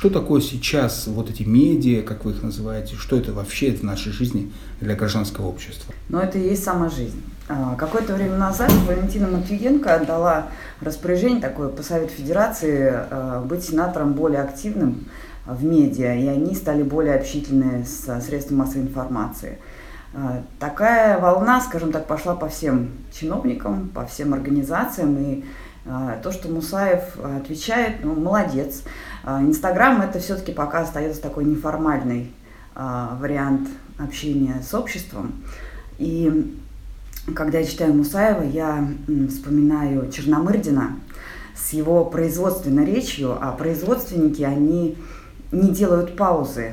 Что такое сейчас вот эти медиа, как вы их называете, что это вообще в нашей жизни для гражданского общества? Но это и есть сама жизнь. Какое-то время назад Валентина Матвиенко отдала распоряжение такое по Совету Федерации быть сенатором более активным в медиа, и они стали более общительны с средствами массовой информации. Такая волна, скажем так, пошла по всем чиновникам, по всем организациям, и то, что Мусаев отвечает, молодец. Инстаграм это все-таки пока остается такой неформальный вариант общения с обществом. И когда я читаю Мусаева, я вспоминаю Черномырдина с его производственной речью, а производственники, они не делают паузы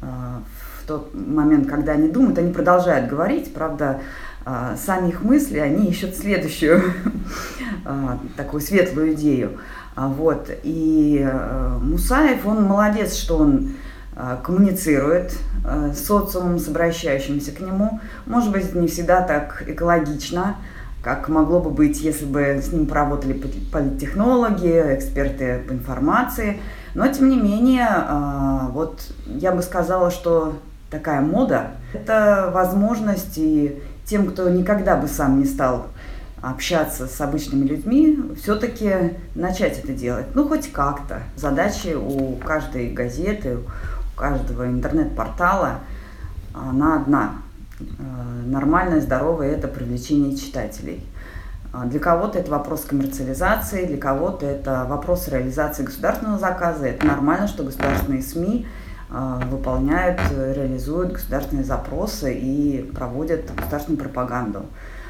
в тот момент, когда они думают, они продолжают говорить, правда, сами их мысли, они ищут следующую такую светлую идею. Вот. И Мусаев, он молодец, что он коммуницирует с социумом, с обращающимся к нему. Может быть, не всегда так экологично, как могло бы быть, если бы с ним поработали политтехнологи, эксперты по информации. Но, тем не менее, вот я бы сказала, что такая мода – это возможность и тем, кто никогда бы сам не стал общаться с обычными людьми, все-таки начать это делать. Ну, хоть как-то. Задача у каждой газеты, у каждого интернет-портала, она одна. Нормальное, здоровое – это привлечение читателей. Для кого-то это вопрос коммерциализации, для кого-то это вопрос реализации государственного заказа. Это нормально, что государственные СМИ выполняют, реализуют государственные запросы и проводят государственную пропаганду.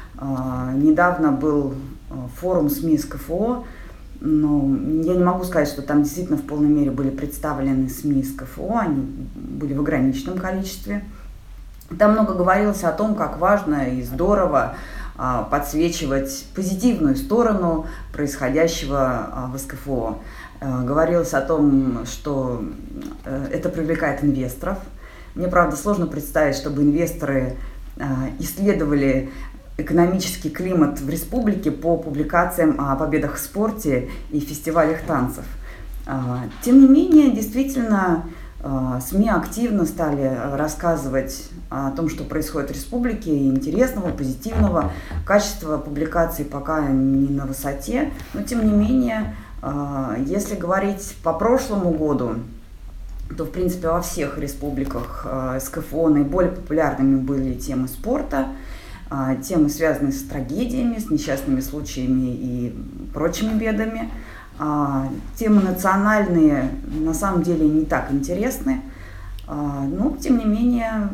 Недавно был форум СМИ с КФО, но я не могу сказать, что там действительно в полной мере были представлены СМИ с КФО, они были в ограниченном количестве. Там много говорилось о том, как важно и здорово подсвечивать позитивную сторону происходящего в СКФО. Говорилось о том, что это привлекает инвесторов. Мне, правда, сложно представить, чтобы инвесторы исследовали экономический климат в республике по публикациям о победах в спорте и фестивалях танцев. Тем не менее, действительно, СМИ активно стали рассказывать о том, что происходит в республике, и интересного, позитивного. Качество публикаций пока не на высоте, но тем не менее, если говорить по прошлому году, то, в принципе, во всех республиках СКФО наиболее популярными были темы спорта, темы, связанные с трагедиями, с несчастными случаями и прочими бедами. Темы национальные на самом деле не так интересны, но, тем не менее,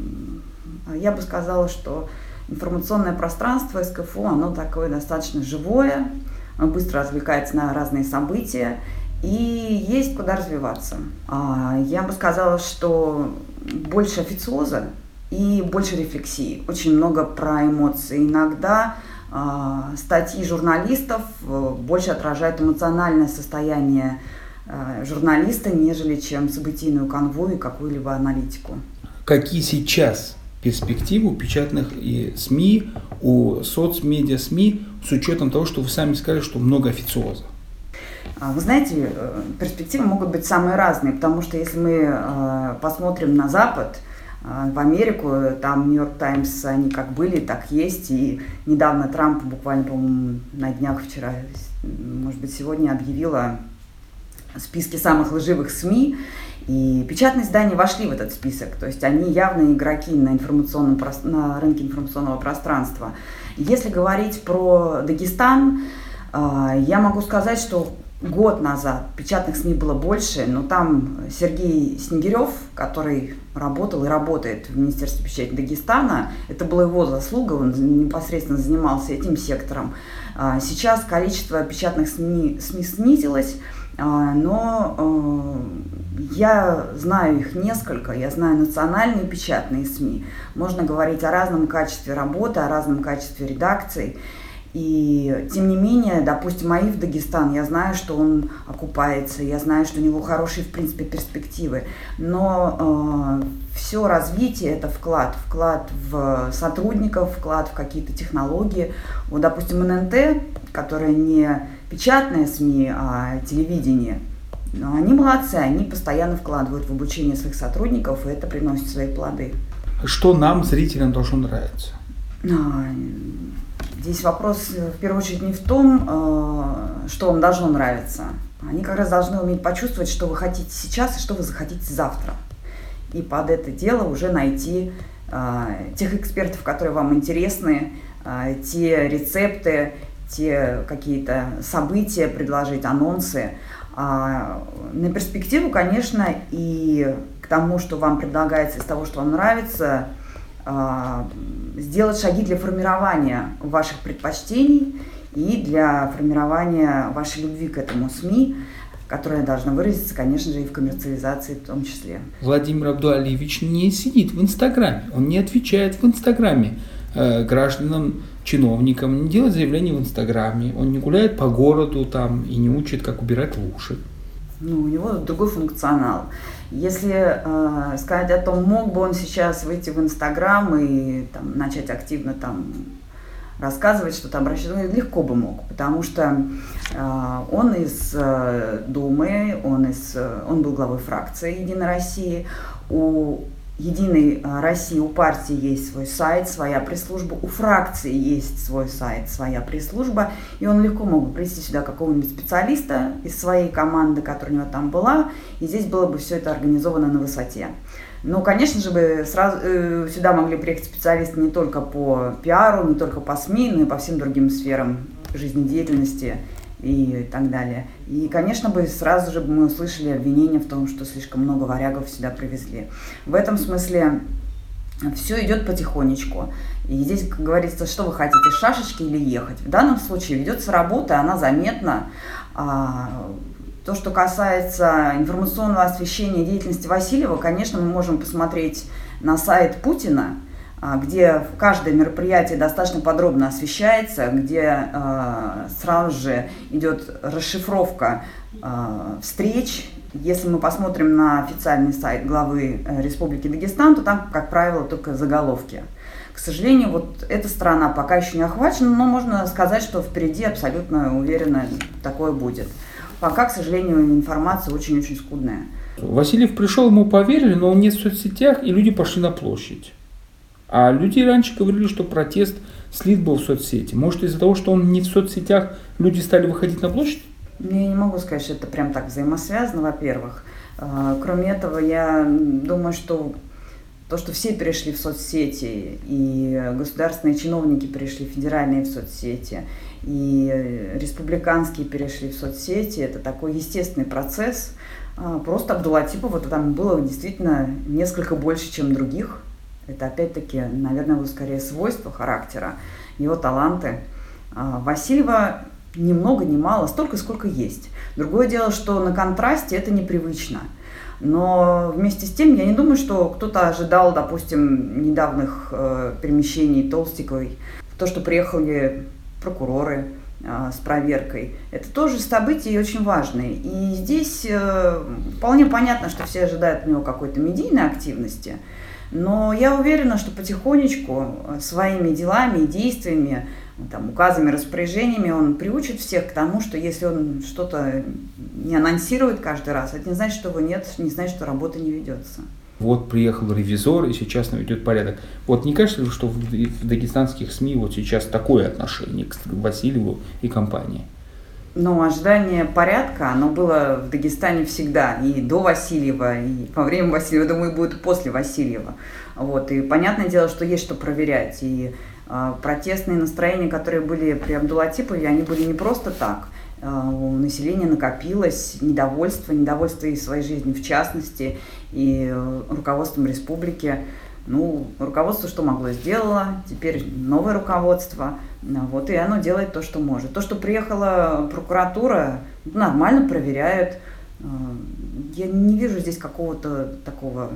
я бы сказала, что информационное пространство СКФО, оно такое достаточно живое, оно быстро отвлекается на разные события, и есть куда развиваться. Я бы сказала, что больше официоза и больше рефлексии, очень много про эмоции. Иногда статьи журналистов больше отражают эмоциональное состояние журналиста, нежели чем событийную канву и какую-либо аналитику. Какие сейчас перспективы у печатных и СМИ, у соцмедиа СМИ, с учетом того, что вы сами сказали, что много официоза? Вы знаете, перспективы могут быть самые разные, потому что если мы посмотрим на Запад, в Америку, там Нью-Йорк Таймс, они как были, так есть, и недавно Трамп буквально, по-моему, на днях вчера, может быть, сегодня объявил о списке самых лживых СМИ, и печатные издания вошли в этот список, то есть они явные игроки на рынке информационного пространства. Если говорить про Дагестан, я могу сказать, что год назад печатных СМИ было больше, но там Сергей Снегирев, который работал и работает в Министерстве печати Дагестана, это была его заслуга, он непосредственно занимался этим сектором. Сейчас количество печатных СМИ снизилось, но я знаю их несколько, я знаю национальные печатные СМИ. Можно говорить о разном качестве работы, о разном качестве редакций. И тем не менее, допустим, АИФ Дагестан, я знаю, что он окупается, я знаю, что у него хорошие, в принципе, перспективы. Но все развитие – это вклад в сотрудников, вклад в какие-то технологии. Вот, допустим, ННТ, которая не печатная СМИ, а телевидение, Но они молодцы, они постоянно вкладывают в обучение своих сотрудников, и это приносит свои плоды. Что нам, зрителям, должно нравиться? Здесь вопрос в первую очередь не в том, что вам должно нравиться. Они как раз должны уметь почувствовать, что вы хотите сейчас и что вы захотите завтра. И под это дело уже найти тех экспертов, которые вам интересны, те рецепты, те какие-то события предложить, анонсы. На перспективу, конечно, и к тому, что вам предлагается из того, что вам нравится, сделать шаги для формирования ваших предпочтений и для формирования вашей любви к этому СМИ, которая должна выразиться, конечно же, и в коммерциализации в том числе. Владимир Абдуалиевич не сидит в Инстаграме, он не отвечает в Инстаграме гражданам, чиновникам, не делает заявления в Инстаграме, он не гуляет по городу там и не учит, как убирать лужи. У него другой функционал. Если сказать о том, мог бы он сейчас выйти в Инстаграм и там, начать активно там рассказывать что-то, обращаться, легко бы мог, потому что он из Думы, он был главой фракции «Единой России». У «Единой России», у партии есть свой сайт, своя пресс-служба, у фракции есть свой сайт, своя пресс-служба, и он легко мог бы привести сюда какого-нибудь специалиста из своей команды, которая у него там была, и здесь было бы все это организовано на высоте. Но, конечно же, бы сразу сюда могли приехать специалисты не только по пиару, не только по СМИ, но и по всем другим сферам жизнедеятельности и так далее. И, конечно, бы сразу же мы услышали обвинения в том, что слишком много варягов сюда привезли. В этом смысле все идет потихонечку. И здесь, как говорится, что вы хотите, шашечки или ехать. В данном случае ведется работа, она заметна. То, что касается информационного освещения деятельности Васильева, конечно, мы можем посмотреть на сайт Путина, где каждое мероприятие достаточно подробно освещается, где сразу же идет расшифровка встреч. Если мы посмотрим на официальный сайт главы Республики Дагестан, то там, как правило, только заголовки. К сожалению, вот эта сторона пока еще не охвачена, но можно сказать, что впереди абсолютно уверенно такое будет. Пока, к сожалению, информация очень-очень скудная. Васильев пришел, ему поверили, но он нет в соцсетях, и люди пошли на площадь. А люди раньше говорили, что протест слит был в соцсети. Может, из-за того, что он не в соцсетях, люди стали выходить на площадь? Я не могу сказать, что это прям так взаимосвязано, во-первых. Кроме этого, я думаю, что то, что все перешли в соцсети, и государственные чиновники перешли, федеральные в соцсети, и республиканские перешли в соцсети, это такой естественный процесс. Просто Абдулатипова там было действительно несколько больше, чем других. Это опять-таки, наверное, его скорее свойства характера, его таланты. Васильева ни много ни мало, столько, сколько есть. Другое дело, что на контрасте это непривычно. Но вместе с тем я не думаю, что кто-то ожидал, допустим, недавних перемещений Толстиковой. То, что приехали прокуроры с проверкой, это тоже события очень важные. И здесь вполне понятно, что все ожидают от него какой-то медийной активности. Но я уверена, что потихонечку своими делами и действиями, там, указами, распоряжениями он приучит всех к тому, что если он что-то не анонсирует каждый раз, это не значит, что его нет, не значит, что работа не ведется. Вот приехал ревизор и сейчас наведет порядок. Вот не кажется ли, что в дагестанских СМИ вот сейчас такое отношение к Васильеву и компании? Но ожидание порядка, оно было в Дагестане всегда, и до Васильева, и во время Васильева, думаю, будет и после Васильева. Вот. И понятное дело, что есть что проверять. И протестные настроения, которые были при Абдулатипове, они были не просто так. У населения накопилось недовольство и своей жизнью в частности, и руководством республики. Ну, руководство что могло, сделало, теперь новое руководство, вот, и оно делает то, что может. То, что приехала прокуратура, нормально проверяют. Я не вижу здесь какого-то такого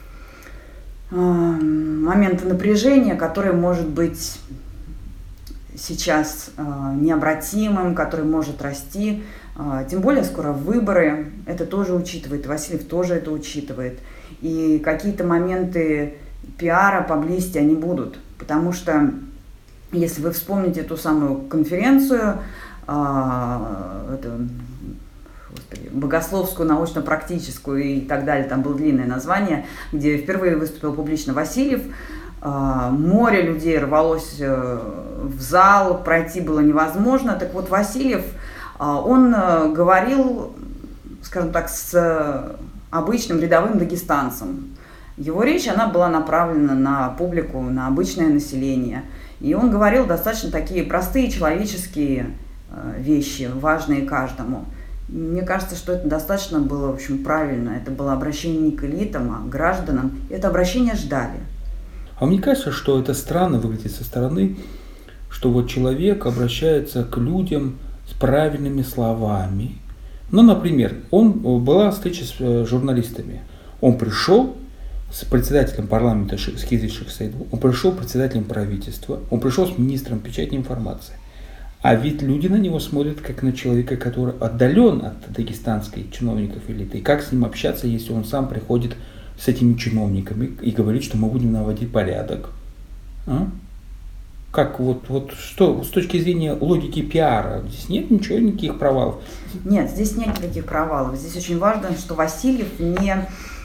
момента напряжения, который может быть сейчас необратимым, который может расти. Тем более скоро выборы, это тоже учитывает, Васильев тоже это учитывает. И какие-то моменты пиара поблизости они будут, потому что если вы вспомните ту самую конференцию богословскую, научно-практическую и так далее, там было длинное название, где впервые выступил публично Васильев. Море людей рвалось в зал, пройти было невозможно. Так вот, Васильев, он говорил, скажем так, с обычным рядовым дагестанцем. Его речь, она была направлена на публику, на обычное население. И он говорил достаточно такие простые человеческие вещи, важные каждому. Мне кажется, что это достаточно было, в общем, правильно. Это было обращение не к элитам, а к гражданам. И это обращение ждали. А мне кажется, что это странно выглядит со стороны, что вот человек обращается к людям с правильными словами. Ну, например, была встреча с журналистами. Он пришел с председателем парламента Скизис Шихсайду, он пришел председателем правительства, он пришел с министром печати информации. А ведь люди на него смотрят как на человека, который отдален от дагестанской чиновников элиты. И как с ним общаться, если он сам приходит с этими чиновниками и говорит, что мы будем наводить порядок? А? Как что с точки зрения логики пиара? Здесь нет ничего, никаких провалов. Нет, здесь нет никаких провалов. Здесь очень важно, что Васильев не,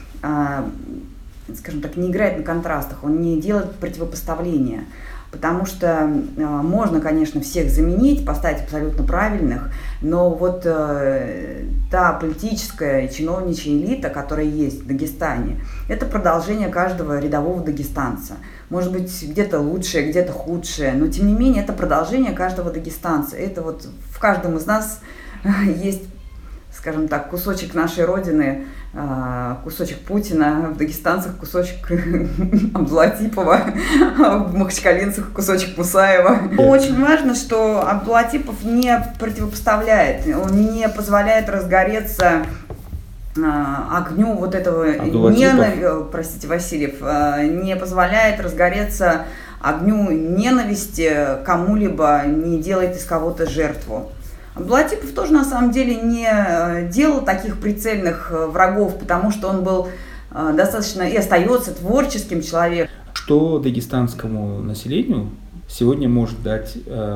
скажем так, не играет на контрастах, он не делает противопоставления. Потому что можно, конечно, всех заменить, поставить абсолютно правильных, но вот та политическая и чиновничья элита, которая есть в Дагестане, это продолжение каждого рядового дагестанца. Может быть, где-то лучшее, где-то худшее, но тем не менее это продолжение каждого дагестанца. Это вот в каждом из нас есть, скажем так, кусочек нашей Родины, кусочек Путина, в дагестанцах кусочек Абдулатипова, в махачкалинцах кусочек Мусаева. Очень важно, что Абдулатипов не противопоставляет, он не позволяет разгореться огню вот этого простите, Васильев, не позволяет разгореться огню ненависти кому-либо, не делает из кого-то жертву. Абдулатипов тоже на самом деле не делал таких прицельных врагов, потому что он был достаточно и остается творческим человеком. Что дагестанскому населению сегодня может дать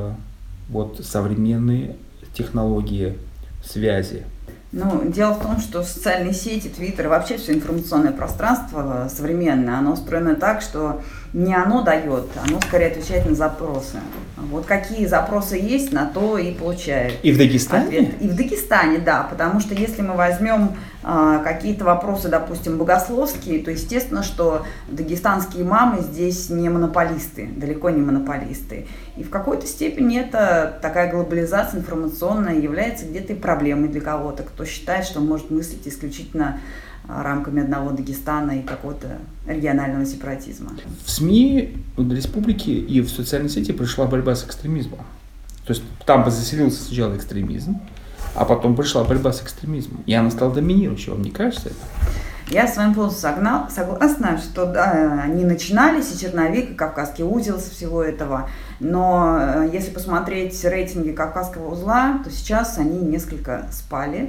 современные технологии связи? Дело в том, что социальные сети, Твиттер, вообще все информационное пространство современное, оно устроено так, что не оно дает, оно скорее отвечает на запросы. Вот какие запросы есть, на то и получает. И в Дагестане? Ответ. И в Дагестане, да, потому что если мы возьмем какие-то вопросы, допустим, богословские, то естественно, что дагестанские имамы здесь не монополисты, далеко не монополисты. И в какой-то степени это такая глобализация информационная является где-то и проблемой для кого-то, кто считает, что он может мыслить исключительно рамками одного Дагестана и какого-то регионального сепаратизма. В СМИ республики и в социальной сети пришла борьба с экстремизмом. То есть там заселился сначала экстремизм, а потом пришла борьба с экстремизмом. И она стала доминирующей, вам не кажется это? Я с вами полностью согласна, что да, они начинались, и черновик, и Кавказский узел со всего этого. Но если посмотреть рейтинги Кавказского узла, то сейчас они несколько спали.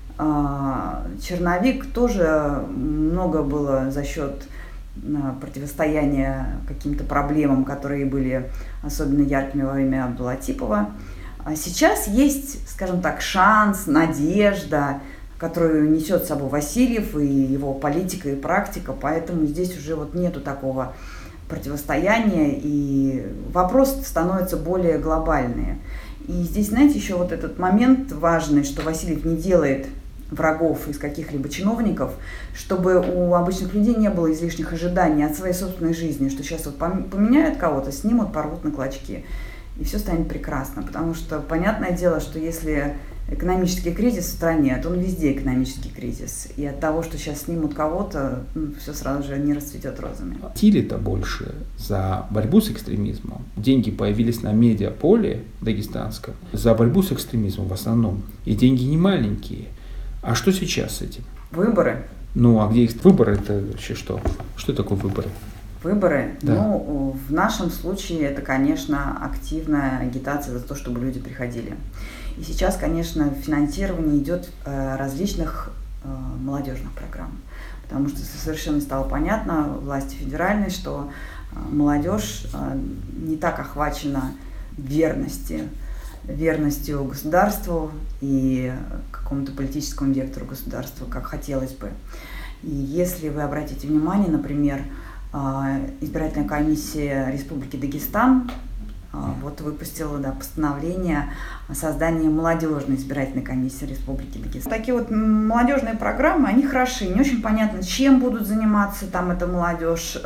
Черновик тоже много было за счет противостояния каким-то проблемам, которые были особенно яркими во время Абдулатипова. Сейчас есть, скажем так, шанс, надежда, которую несет с собой Васильев и его политика и практика, поэтому здесь уже нету такого противостояния, и вопрос становится более глобальный. И здесь, знаете, еще этот момент важный, что Васильев не делает врагов из каких-либо чиновников, чтобы у обычных людей не было излишних ожиданий от своей собственной жизни, что сейчас поменяют кого-то, снимут, порвут на клочки, и все станет прекрасно. Потому что понятное дело, что если экономический кризис в стране, то он везде экономический кризис. И от того, что сейчас снимут кого-то, все сразу же не расцветет розами. Платили-то больше за борьбу с экстремизмом. Деньги появились на медиаполе дагестанском за борьбу с экстремизмом в основном. И деньги не маленькие. А что сейчас с этим? Выборы. А где их выборы, это вообще что? Что такое выборы? Выборы? Да. В нашем случае это, конечно, активная агитация за то, чтобы люди приходили. И сейчас, конечно, финансирование идет различных молодежных программ, потому что совершенно стало понятно власти федеральной, что молодежь не так охвачена верности верностью государству и какому-то политическому вектору государства, как хотелось бы. И если вы обратите внимание, например, избирательная комиссия Республики Дагестан вот выпустила постановление о создании молодежной избирательной комиссии Республики Дагестан. Такие вот молодежные программы, они хороши, не очень понятно, чем будут заниматься там эта молодежь,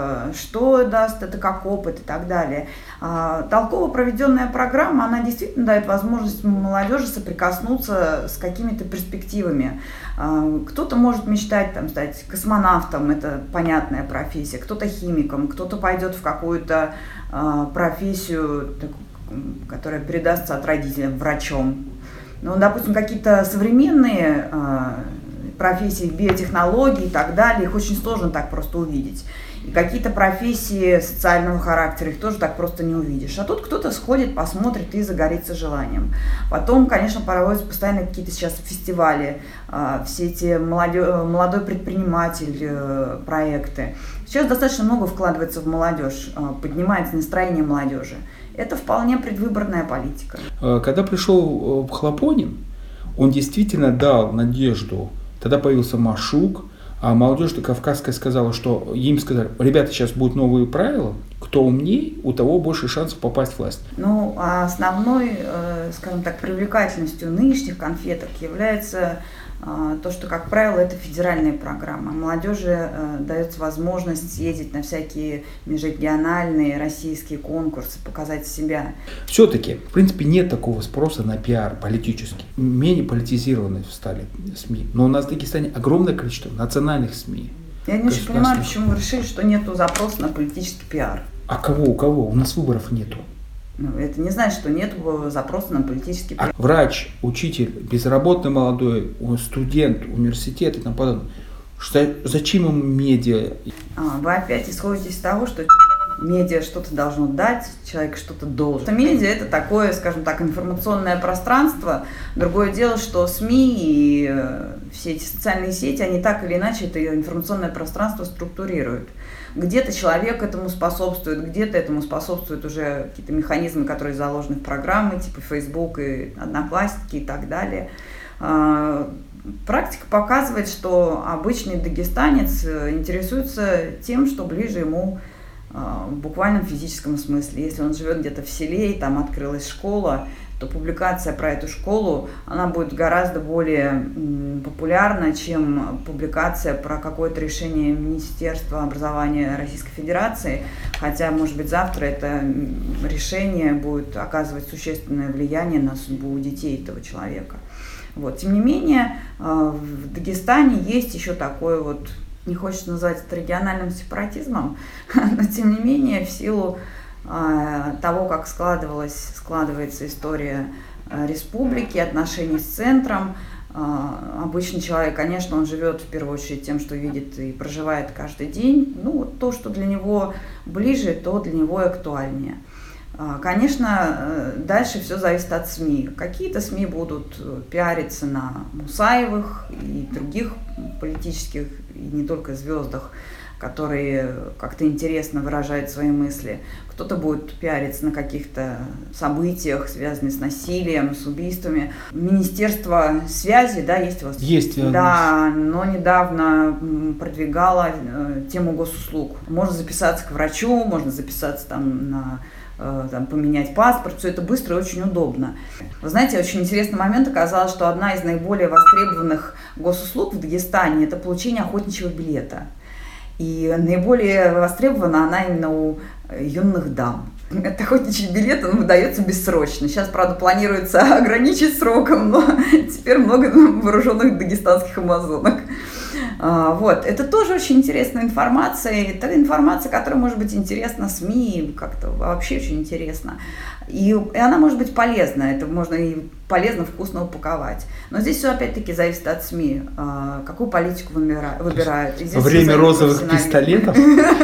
что даст это как опыт и так далее. Толково проведенная программа, она действительно дает возможность молодежи соприкоснуться с какими-то перспективами. Кто-то может мечтать там, стать космонавтом, это понятная профессия, кто-то химиком, кто-то пойдет в какую-то профессию, которая передастся от родителей, врачом. Ну, допустим, какие-то современные профессии, биотехнологии и так далее, их очень сложно так просто увидеть. И какие-то профессии социального характера, их тоже так просто не увидишь. А тут кто-то сходит, посмотрит и загорится желанием. Потом, конечно, проводятся постоянно какие-то сейчас фестивали, все эти молодой предприниматель проекты. Сейчас достаточно много вкладывается в молодежь, поднимается настроение молодежи. Это вполне предвыборная политика. Когда пришел Хлопонин, он действительно дал надежду. Тогда появился Машук, а молодежь кавказская сказала, что им сказали: ребята, сейчас будут новые правила, кто умней, у того больше шансов попасть в власть. Ну, а основной, скажем так, привлекательностью нынешних конфеток является то, что, как правило, это федеральные программы. Молодежи дается возможность съездить на всякие межрегиональные российские конкурсы, показать себя. Все-таки, в принципе, нет такого спроса на пиар политический. Менее политизированные стали СМИ. Но у нас в Дагестане огромное количество национальных СМИ. Я не очень понимаю, почему вы решили, что нет запроса на политический пиар. А кого? У кого? У нас выборов нету. Ну, это не значит, что нет запроса на политический пиар. Врач, учитель, безработный молодой, студент, университет и тому подобное. Зачем им медиа? Вы опять исходите из того, что медиа что-то должно дать, человек что-то должен. Медиа – это такое, скажем так, информационное пространство. Другое дело, что СМИ и все эти социальные сети, они так или иначе это информационное пространство структурируют. Где-то человек этому способствует, где-то этому способствуют уже какие-то механизмы, которые заложены в программы, типа Facebook и Одноклассники и так далее. Практика показывает, что обычный дагестанец интересуется тем, что ближе ему в буквальном физическом смысле. Если он живет где-то в селе и там открылась школа, то публикация про эту школу, она будет гораздо более популярна, чем публикация про какое-то решение Министерства образования Российской Федерации, хотя, может быть, завтра это решение будет оказывать существенное влияние на судьбу детей этого человека. Вот. Тем не менее, в Дагестане есть еще такой вот, не хочется называть это региональным сепаратизмом, но тем не менее, в силу того, как складывается история республики, отношений с центром, обычный человек, конечно, он живет в первую очередь тем, что видит и проживает каждый день. Ну, вот то, что для него ближе, то для него и актуальнее. Конечно, дальше все зависит от СМИ. Какие-то СМИ будут пиариться на Мусаевых и других политических, и не только звездах, которые как-то интересно выражают свои мысли. Кто-то будет пиариться на каких-то событиях, связанных с насилием, с убийствами. Министерство связи, да, есть у вас? Есть. Да, но недавно продвигало тему госуслуг. Можно записаться к врачу, можно записаться там поменять паспорт, все это быстро и очень удобно. Вы знаете, очень интересный момент оказалось, что одна из наиболее востребованных госуслуг в Дагестане – это получение охотничьего билета. И наиболее востребована она именно у юных дам. Этот охотничий билет, он выдается бессрочно. Сейчас, правда, планируется ограничить сроком, но теперь много вооруженных дагестанских амазонок. Вот. Это тоже очень интересная информация. Это информация, которая может быть интересна СМИ, как-то вообще очень интересна. И она может быть полезна. Это можно и полезно, вкусно упаковать. Но здесь все опять-таки зависит от СМИ. Какую политику выбирают. Время розовых пистолетов?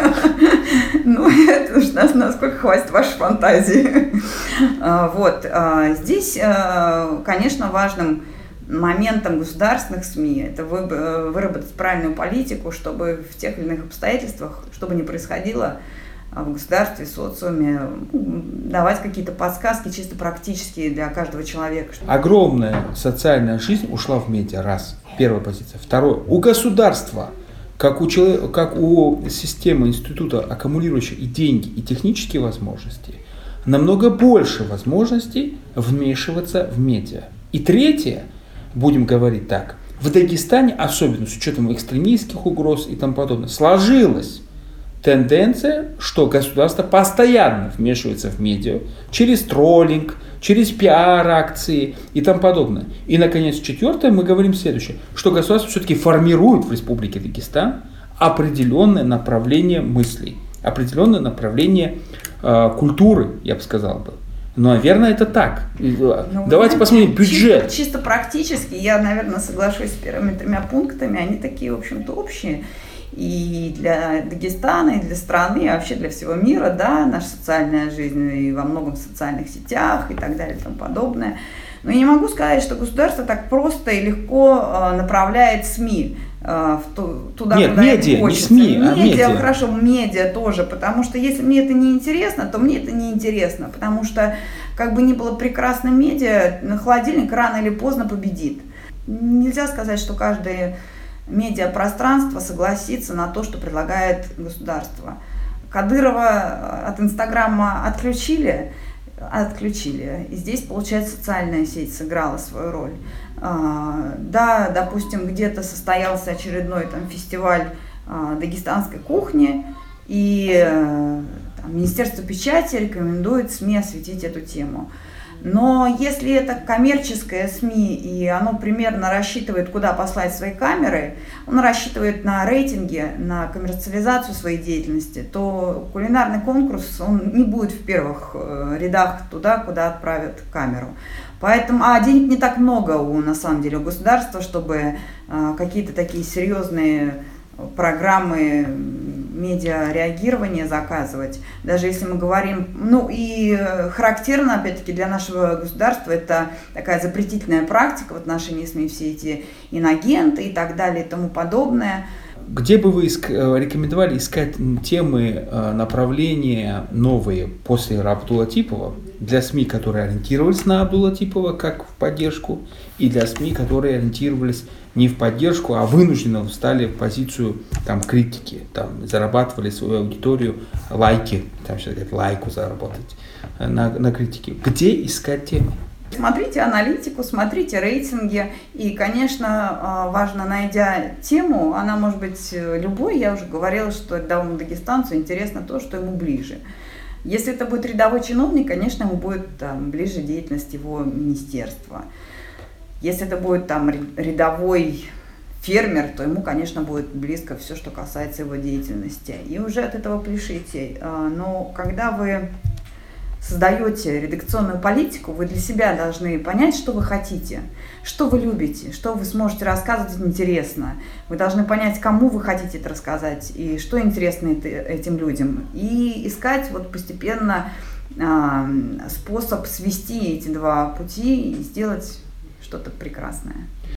Ну, это уж насколько хватит вашей фантазии. Вот. Здесь, конечно, важным моментом государственных СМИ это выработать правильную политику, чтобы в тех или иных обстоятельствах, что бы ни происходило, в государстве, в социуме, давать какие-то подсказки чисто практические для каждого человека. Огромная социальная жизнь ушла в медиа, раз. Первая позиция. Второе. У государства, как у системы института, аккумулирующей и деньги, и технические возможности, намного больше возможностей вмешиваться в медиа. И третье, будем говорить так, в Дагестане, особенно с учетом экстремистских угроз и тому подобное, сложилась тенденция, что государство постоянно вмешивается в медиа через троллинг, через пиар-акции и тому подобное. И, наконец, четвертое, мы говорим следующее, что государство все-таки формирует в Республике Дагестан определенное направление мыслей, определенное направление культуры, я бы сказал бы. Ну, наверное, это так. Давайте посмотрим бюджет. Чисто практически, я, наверное, соглашусь с первыми 3 пунктами, они такие, в общем-то, общие. И для Дагестана, и для страны, и вообще для всего мира, да, наша социальная жизнь и во многом в социальных сетях и так далее и тому подобное. Но я не могу сказать, что государство так просто и легко направляет СМИ туда, нет, куда медиа, им хочется. не СМИ, а медиа. Хорошо, медиа тоже, потому что если мне это не интересно, то мне это не интересно, потому что как бы ни было прекрасным медиа, холодильник рано или поздно победит. Нельзя сказать, что каждое медиапространство согласится на то, что предлагает государство. Кадырова от Инстаграма отключили. И здесь, получается, социальная сеть сыграла свою роль. Да, допустим, где-то состоялся очередной фестиваль дагестанской кухни, и Министерство печати рекомендует СМИ осветить эту тему. Но если это коммерческое СМИ, и оно примерно рассчитывает, куда послать свои камеры, оно рассчитывает на рейтинги, на коммерциализацию своей деятельности, то кулинарный конкурс, он не будет в первых рядах туда, куда отправят камеру. Поэтому, денег не так много на самом деле у государства, чтобы какие-то такие серьезные программы медиареагирования заказывать, даже если мы говорим, и характерно, опять-таки, для нашего государства это такая запретительная практика в отношении СМИ, все эти инагенты и так далее и тому подобное. Где бы вы рекомендовали искать темы, направления новые после Абдулатипова для СМИ, которые ориентировались на Абдулатипова как в поддержку, и для СМИ, которые ориентировались не в поддержку, а вынужденно встали в позицию критики, зарабатывали свою аудиторию, лайки, сейчас говорят, лайку заработать на критике. Где искать темы? Смотрите аналитику, смотрите рейтинги, и, конечно, важно, найдя тему, она может быть любой, я уже говорила, что рядовому дагестанцу интересно то, что ему ближе. Если это будет рядовой чиновник, конечно, ему будет ближе деятельность его министерства. Если это будет рядовой фермер, то ему, конечно, будет близко все, что касается его деятельности. И уже от этого пляшите. Но когда вы создаете редакционную политику, вы для себя должны понять, что вы хотите, что вы любите, что вы сможете рассказывать интересно. Вы должны понять, кому вы хотите это рассказать и что интересно этим людям. И искать постепенно способ свести эти два пути и сделать что-то прекрасное.